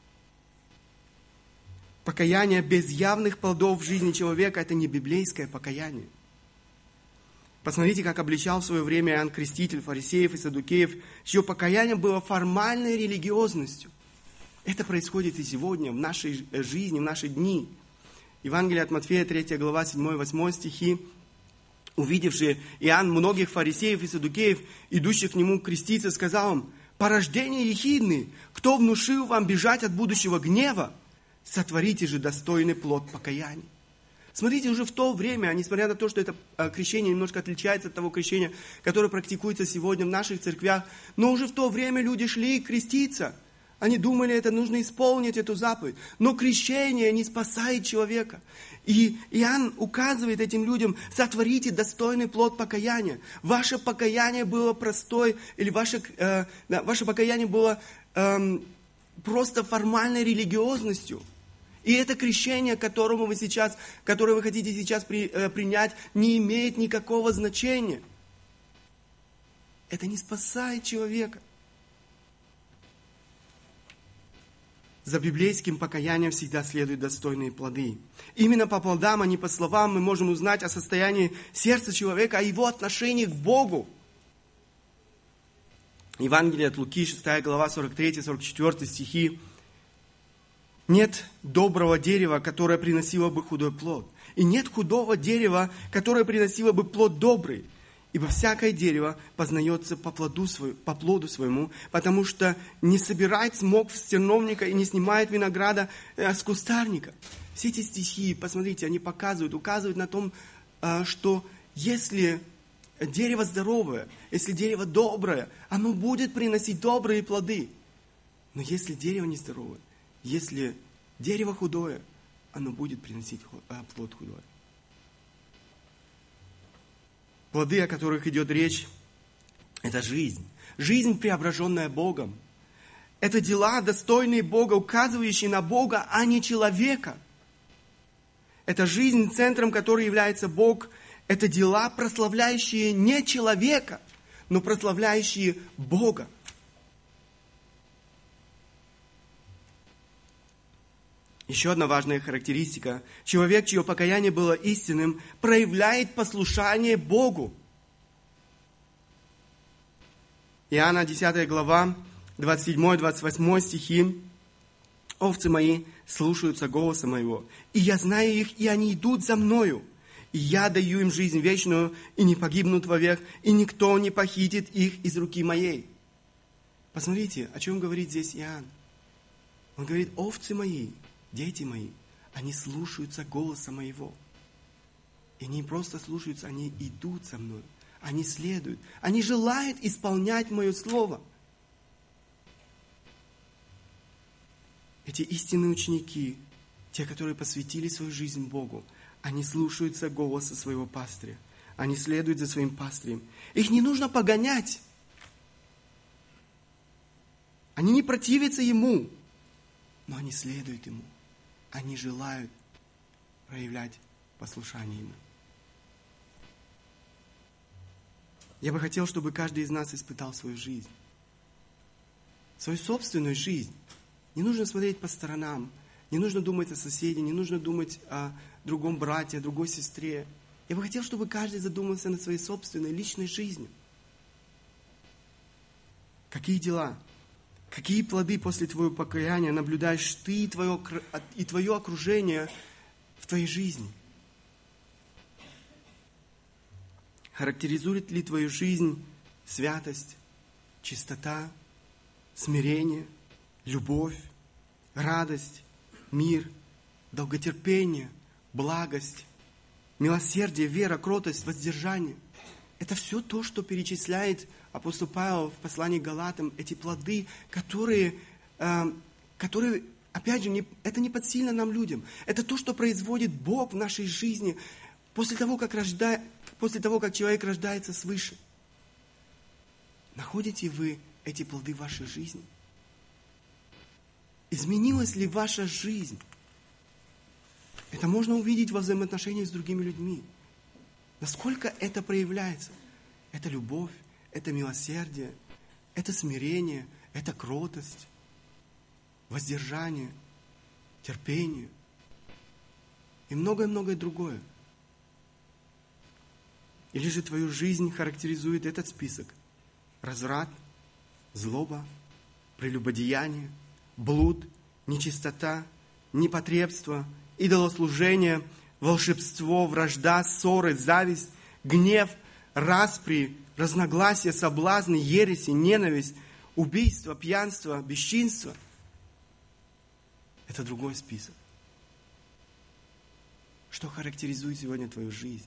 Покаяние без явных плодов в жизни человека – это не библейское покаяние. Посмотрите, как обличал в свое время Иоанн Креститель, фарисеев и саддукеев, чье покаяние было формальной религиозностью. Это происходит и сегодня, в нашей жизни, в наши дни. Евангелие от Матфея, третья глава, седьмой-восьмой стихи. Увидевший Иоанн многих фарисеев и саддукеев, идущих к нему креститься, сказал им: «Порождение ехидны, кто внушил вам бежать от будущего гнева? Сотворите же достойный плод покаяния». Смотрите, уже в то время, несмотря на то, что это крещение немножко отличается от того крещения, которое практикуется сегодня в наших церквях, но уже в то время люди шли креститься. Они думали, это нужно исполнить эту заповедь. Но крещение не спасает человека. И Иоанн указывает этим людям: сотворите достойный плод покаяния. Ваше покаяние было простое, или ваше, э, да, ваше покаяние было э, просто формальной религиозностью. И это крещение, которому вы сейчас, которое вы хотите сейчас при, э, принять, не имеет никакого значения. Это не спасает человека. За библейским покаянием всегда следуют достойные плоды. Именно по плодам, а не по словам, мы можем узнать о состоянии сердца человека, о его отношении к Богу. Евангелие от Луки, шестая глава, сорок третий сорок четвёртый стихи. Нет доброго дерева, которое приносило бы худой плод. И нет худого дерева, которое приносило бы плод добрый. Ибо всякое дерево познается по плоду, свою, по плоду своему, потому что не собирает смог с терновника и не снимает винограда э, с кустарника. Все эти стихи, посмотрите, они показывают, указывают на том, э, что если дерево здоровое, если дерево доброе, оно будет приносить добрые плоды. Но если дерево нездоровое, если дерево худое, оно будет приносить плод худой. Плоды, о которых идет речь, это жизнь. Жизнь, преображенная Богом. Это дела, достойные Бога, указывающие на Бога, а не человека. Это жизнь, центром которой является Бог. Это дела, прославляющие не человека, но прославляющие Бога. Еще одна важная характеристика. Человек, чье покаяние было истинным, проявляет послушание Богу. Иоанна десятая глава, двадцать седьмой двадцать восьмой стихи. «Овцы мои слушаются голоса моего, и я знаю их, и они идут за мною. И я даю им жизнь вечную, и не погибнут вовек, и никто не похитит их из руки моей». Посмотрите, о чем говорит здесь Иоанн. Он говорит: овцы мои, дети мои, они слушаются голоса моего. И не просто слушаются, они идут за мной. Они следуют. Они желают исполнять мое слово. Эти истинные ученики, те, которые посвятили свою жизнь Богу, они слушаются голоса своего пастыря. Они следуют за своим пастырем. Их не нужно погонять. Они не противятся ему, но они следуют ему. Они желают проявлять послушание ему. Я бы хотел, чтобы каждый из нас испытал свою жизнь. Свою собственную жизнь. Не нужно смотреть по сторонам. Не нужно думать о соседе. Не нужно думать о другом брате, о другой сестре. Я бы хотел, чтобы каждый задумался над своей собственной личной жизнью. Какие дела? Какие плоды после твоего покаяния наблюдаешь ты и твое, и твое окружение в твоей жизни? Характеризует ли твою жизнь святость, чистота, смирение, любовь, радость, мир, долготерпение, благость, милосердие, вера, кротость, воздержание? Это все то, что перечисляет апостол Павел в послании к Галатам, эти плоды, которые, э, которые опять же, не, это не подсильно нам, людям. Это то, что производит Бог в нашей жизни после того, как, рожда... после того, как человек рождается свыше. Находите вы эти плоды в вашей жизни? Изменилась ли ваша жизнь? Это можно увидеть во взаимоотношениях с другими людьми. Насколько это проявляется? Это любовь, это милосердие, это смирение, это кротость, воздержание, терпение и многое-многое другое. Или же твою жизнь характеризует этот список: разврат, злоба, прелюбодеяние, блуд, нечистота, непотребство, идолослужение, волшебство, вражда, ссоры, зависть, гнев, распри, разногласия, соблазны, ереси, ненависть, убийство, пьянство, бесчинство. Это другой список. Что характеризует сегодня твою жизнь?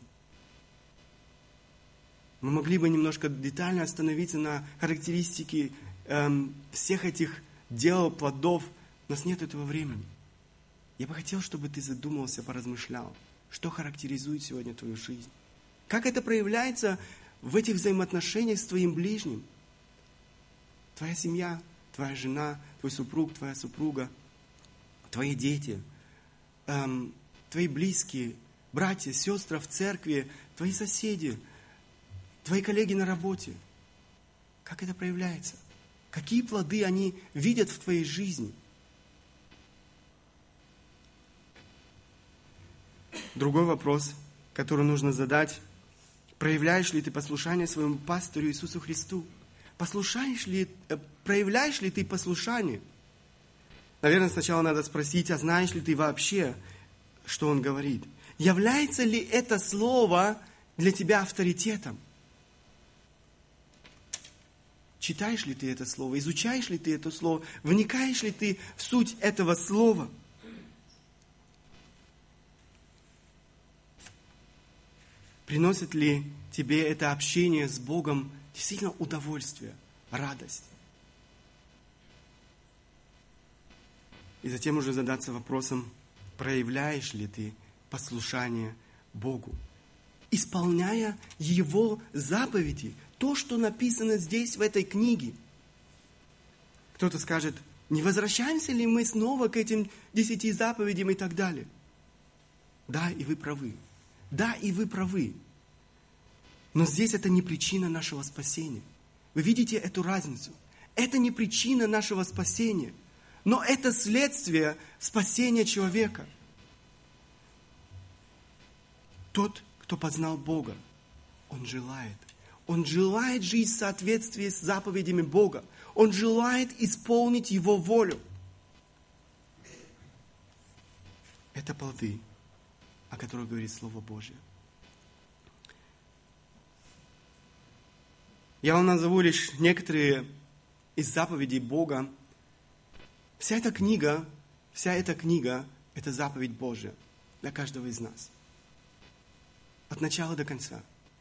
Мы могли бы немножко детально остановиться на характеристике эм, всех этих дел, плодов. У нас нет этого времени. Я бы хотел, чтобы ты задумался, поразмышлял, что характеризует сегодня твою жизнь. Как это проявляется в этих взаимоотношениях с твоим ближним? Твоя семья, твоя жена, твой супруг, твоя супруга, твои дети, эм, твои близкие, братья, сестры в церкви, твои соседи, твои коллеги на работе. Как это проявляется? Какие плоды они видят в твоей жизни? Другой вопрос, который нужно задать: проявляешь ли ты послушание своему пастору Иисусу Христу? Послушаешь ли, проявляешь ли ты послушание? Наверное, сначала надо спросить, а знаешь ли ты вообще, что он говорит? Является ли это слово для тебя авторитетом? Читаешь ли ты это слово? Изучаешь ли ты это слово? Вникаешь ли ты в суть этого слова? Приносит ли тебе это общение с Богом действительно удовольствие, радость? И затем уже задаться вопросом, проявляешь ли ты послушание Богу, исполняя Его заповеди, то, что написано здесь, в этой книге. Кто-то скажет, не возвращаемся ли мы снова к этим десяти заповедям и так далее? Да, и вы правы. Да, и вы правы. Но здесь это не причина нашего спасения. Вы видите эту разницу? Это не причина нашего спасения, но это следствие спасения человека. Тот, кто познал Бога, он желает. Он желает жить в соответствии с заповедями Бога. Он желает исполнить Его волю. Это плоды, о которых говорит Слово Божье. Я вам назову лишь некоторые из заповедей Бога. Вся эта книга, вся эта книга – это заповедь Божья для каждого из нас. От начала до конца.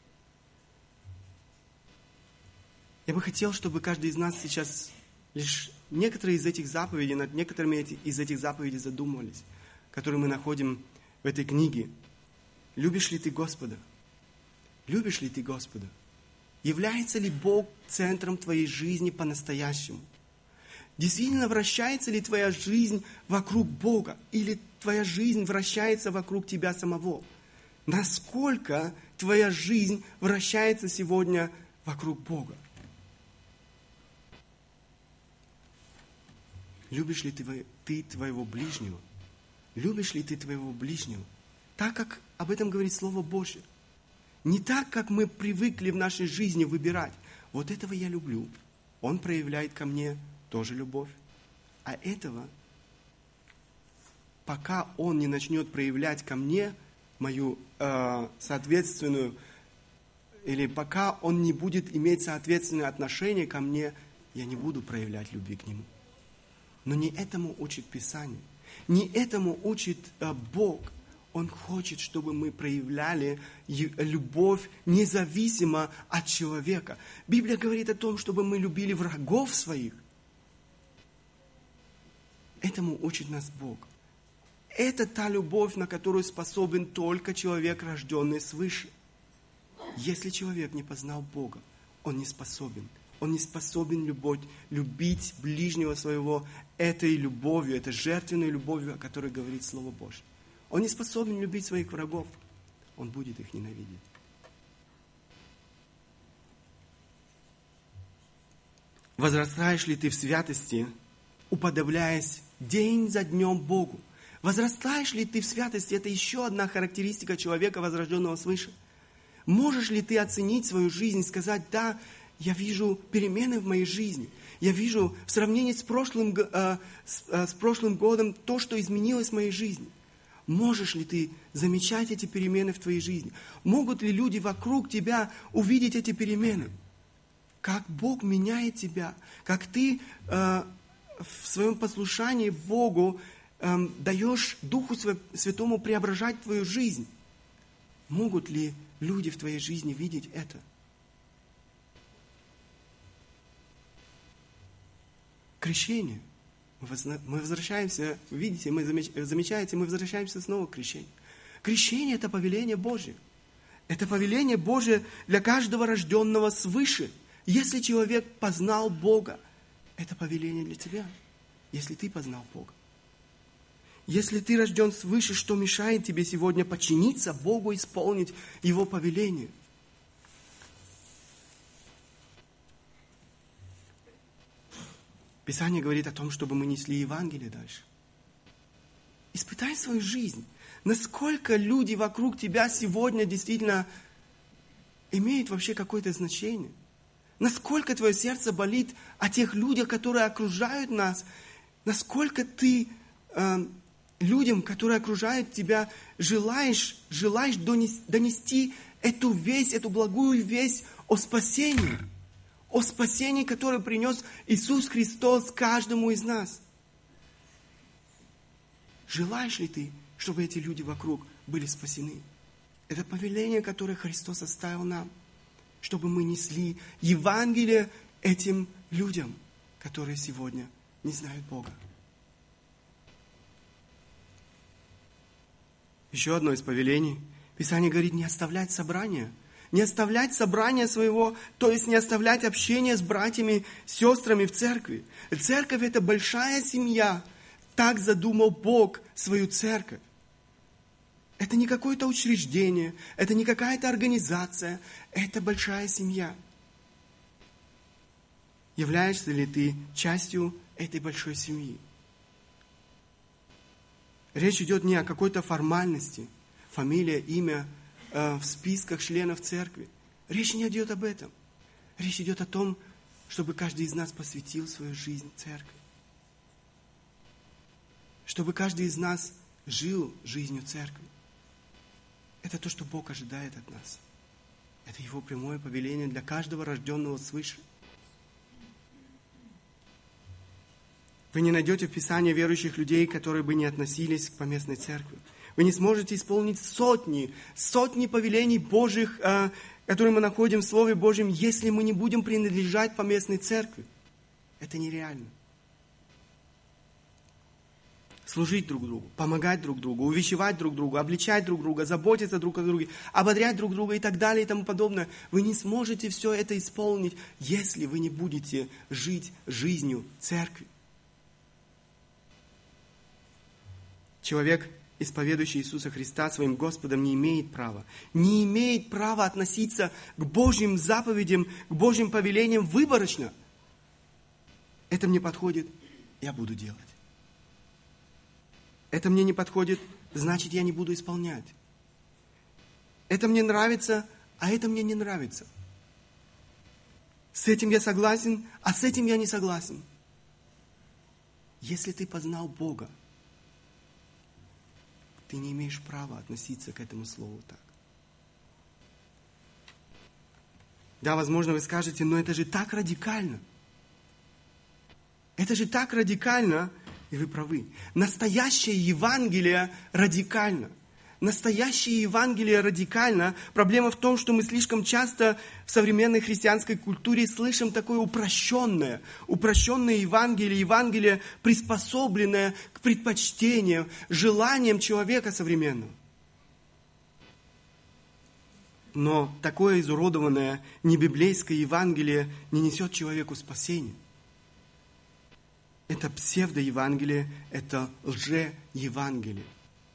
Я бы хотел, чтобы каждый из нас сейчас лишь некоторые из этих заповедей, над некоторыми из этих заповедей задумывались, которые мы находим в этой книге. Любишь ли ты Господа? Любишь ли ты Господа? Является ли Бог центром твоей жизни по-настоящему? Действительно вращается ли твоя жизнь вокруг Бога? Или твоя жизнь вращается вокруг тебя самого? Насколько твоя жизнь вращается сегодня вокруг Бога. Любишь ли ты, ты твоего ближнего? Любишь ли ты твоего ближнего? Так, как об этом говорит Слово Божье. Не так, как мы привыкли в нашей жизни выбирать. Вот этого я люблю. Он проявляет ко мне тоже любовь. А этого, пока он не начнет проявлять ко мне мою э, соответственную, или пока он не будет иметь соответственное отношение ко мне, я не буду проявлять любви к нему. Но не этому учит Писание. Не этому учит э, Бог. Он хочет, чтобы мы проявляли любовь независимо от человека. Библия говорит о том, чтобы мы любили врагов своих. Этому учит нас Бог. Это та любовь, на которую способен только человек, рожденный свыше. Если человек не познал Бога, он не способен. Он не способен любовь, любить ближнего своего этой любовью, этой жертвенной любовью, о которой говорит Слово Божье. Он не способен любить своих врагов. Он будет их ненавидеть. Возрастаешь ли ты в святости, уподобляясь день за днем Богу? Возрастаешь ли ты в святости? Это еще одна характеристика человека, возрожденного свыше. Можешь ли ты оценить свою жизнь, сказать: да, я вижу перемены в моей жизни. Я вижу в сравнении с прошлым, э, с, э, с прошлым годом то, что изменилось в моей жизни. Можешь ли ты замечать эти перемены в твоей жизни? Могут ли люди вокруг тебя увидеть эти перемены? Как Бог меняет тебя, как ты э, в своем послушании Богу э, даешь Духу Святому преображать твою жизнь. Могут ли люди в твоей жизни видеть это? Крещение. Мы возвращаемся, видите, мы замечаете, мы возвращаемся снова к крещению. Крещение – это повеление Божье. Это повеление Божье для каждого рожденного свыше. Если человек познал Бога, это повеление для тебя, если ты познал Бога. Если ты рожден свыше, что мешает тебе сегодня подчиниться Богу, исполнить Его повеление? Писание говорит о том, чтобы мы несли Евангелие дальше. Испытай свою жизнь. Насколько люди вокруг тебя сегодня действительно имеют вообще какое-то значение? Насколько твое сердце болит о тех людях, которые окружают нас? Насколько ты э, людям, которые окружают тебя, желаешь, желаешь донести, донести эту весть, эту благую весть о спасении? О спасении, которое принес Иисус Христос каждому из нас. Желаешь ли ты, чтобы эти люди вокруг были спасены? Это повеление, которое Христос оставил нам, чтобы мы несли Евангелие этим людям, которые сегодня не знают Бога. Еще одно из повелений. Писание говорит: не оставлять собрания. Не оставлять собрание своего, то есть не оставлять общение с братьями, сестрами в церкви. Церковь – это большая семья. Так задумал Бог свою церковь. Это не какое-то учреждение, это не какая-то организация, это большая семья. Являешься ли ты частью этой большой семьи? Речь идет не о какой-то формальности, фамилия, имя, в списках членов церкви. Речь не идет об этом. Речь идет о том, чтобы каждый из нас посвятил свою жизнь церкви. Чтобы каждый из нас жил жизнью церкви. Это то, что Бог ожидает от нас. Это Его прямое повеление для каждого рожденного свыше. Вы не найдете в Писании верующих людей, которые бы не относились к поместной церкви. Вы не сможете исполнить сотни, сотни повелений Божьих, которые мы находим в Слове Божьем, если мы не будем принадлежать поместной церкви. Это нереально. Служить друг другу, помогать друг другу, увещевать друг другу, обличать друг друга, заботиться друг о друге, ободрять друг друга и так далее и тому подобное. Вы не сможете все это исполнить, если вы не будете жить жизнью церкви. Человек исповедующий Иисуса Христа своим Господом, не имеет права. Не имеет права относиться к Божьим заповедям, к Божьим повелениям выборочно. Это мне подходит, я буду делать. Это мне не подходит, значит, я не буду исполнять. Это мне нравится, а это мне не нравится. С этим я согласен, а с этим я не согласен. Если ты познал Бога, ты не имеешь права относиться к этому слову так. Да, возможно, вы скажете, но это же так радикально. Это же так радикально, и вы правы. Настоящее Евангелие радикально. Настоящее Евангелие радикально. Проблема в том, что мы слишком часто в современной христианской культуре слышим такое упрощенное, упрощенное Евангелие, Евангелие, приспособленное к предпочтениям, желаниям человека современного. Но такое изуродованное небиблейское Евангелие не несет человеку спасения. Это псевдоевангелие, это лже-евангелие.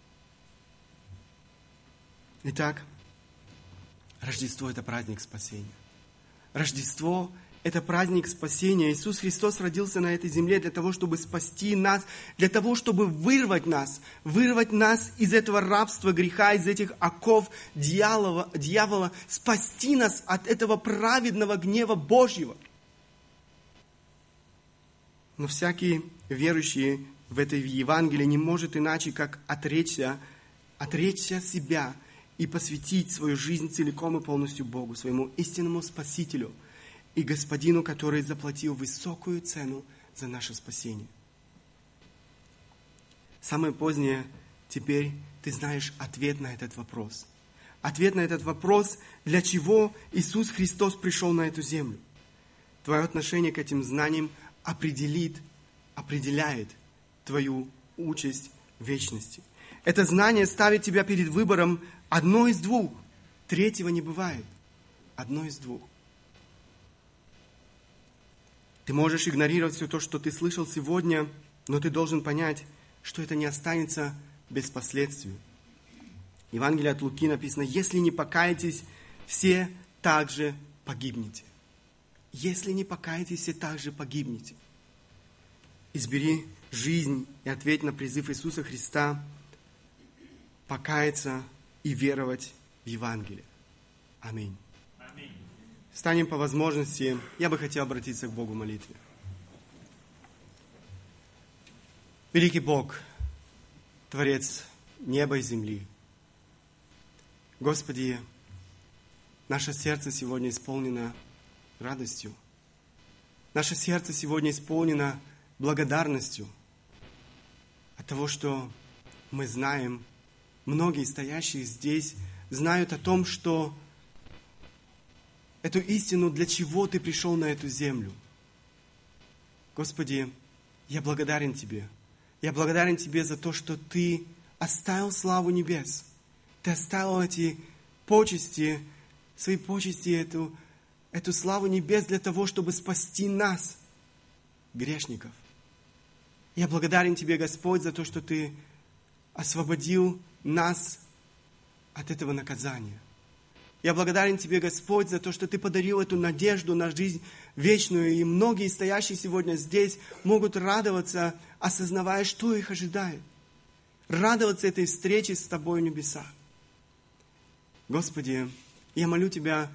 Итак, Рождество – это праздник спасения. Рождество – это праздник спасения. Иисус Христос родился на этой земле для того, чтобы спасти нас, для того, чтобы вырвать нас, вырвать нас из этого рабства греха, из этих оков дьявола, дьявола, спасти нас от этого праведного гнева Божьего. Но всякий верующий в это Евангелие не может иначе, как отречься, отречься себя и посвятить свою жизнь целиком и полностью Богу, своему истинному Спасителю и Господину, который заплатил высокую цену за наше спасение. Самое позднее, теперь ты знаешь ответ на этот вопрос. Ответ на этот вопрос, для чего Иисус Христос пришел на эту землю. Твое отношение к этим знаниям определит, определяет твою участь в вечности. Это знание ставит тебя перед выбором одно из двух. Третьего не бывает. Одно из двух. Ты можешь игнорировать все то, что ты слышал сегодня, но ты должен понять, что это не останется без последствий. В Евангелии от Луки написано: если не покаетесь, все также погибнете. Если не покаетесь, все также погибнете. Избери жизнь и ответь на призыв Иисуса Христа покаяться и веровать в Евангелие. Аминь. Аминь. Встанем по возможности. Я бы хотел обратиться к Богу в молитве. Великий Бог, Творец неба и земли. Господи, наше сердце сегодня исполнено радостью. Наше сердце сегодня исполнено благодарностью от того, что мы знаем, многие стоящие здесь знают о том, что эту истину, для чего Ты пришел на эту землю. Господи, я благодарен Тебе. Я благодарен Тебе за то, что Ты оставил славу небес. Ты оставил эти почести, свои почести, эту, эту славу небес для того, чтобы спасти нас, грешников. Я благодарен Тебе, Господь, за то, что Ты освободил нас от этого наказания. Я благодарен Тебе, Господь, за то, что Ты подарил эту надежду на жизнь вечную, и многие, стоящие сегодня здесь, могут радоваться, осознавая, что их ожидает. Радоваться этой встрече с Тобой в небесах. Господи, я молю Тебя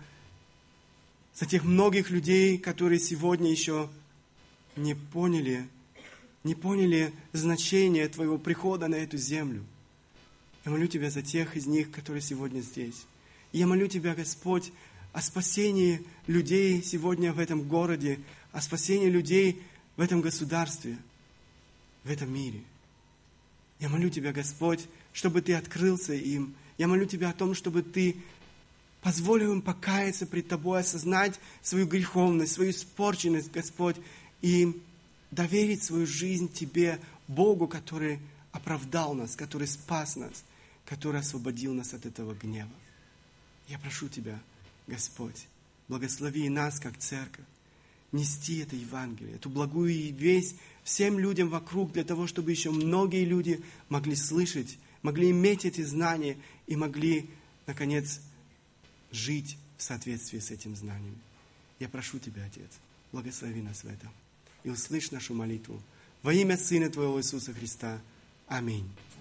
за тех многих людей, которые сегодня еще не поняли, не поняли значение Твоего прихода на эту землю. Я молю Тебя за тех из них, которые сегодня здесь. И я молю Тебя, Господь, о спасении людей сегодня в этом городе, о спасении людей в этом государстве, в этом мире. Я молю Тебя, Господь, чтобы Ты открылся им. Я молю Тебя о том, чтобы Ты позволил им покаяться пред Тобой, осознать свою греховность, свою испорченность, Господь, и доверить свою жизнь Тебе, Богу, который оправдал нас, который спас нас, который освободил нас от этого гнева. Я прошу Тебя, Господь, благослови нас, как церковь, нести это Евангелие, эту благую весть всем людям вокруг, для того, чтобы еще многие люди могли слышать, могли иметь эти знания и могли, наконец, жить в соответствии с этим знанием. Я прошу Тебя, Отец, благослови нас в этом и услышь нашу молитву. Во имя Сына Твоего Иисуса Христа. Аминь.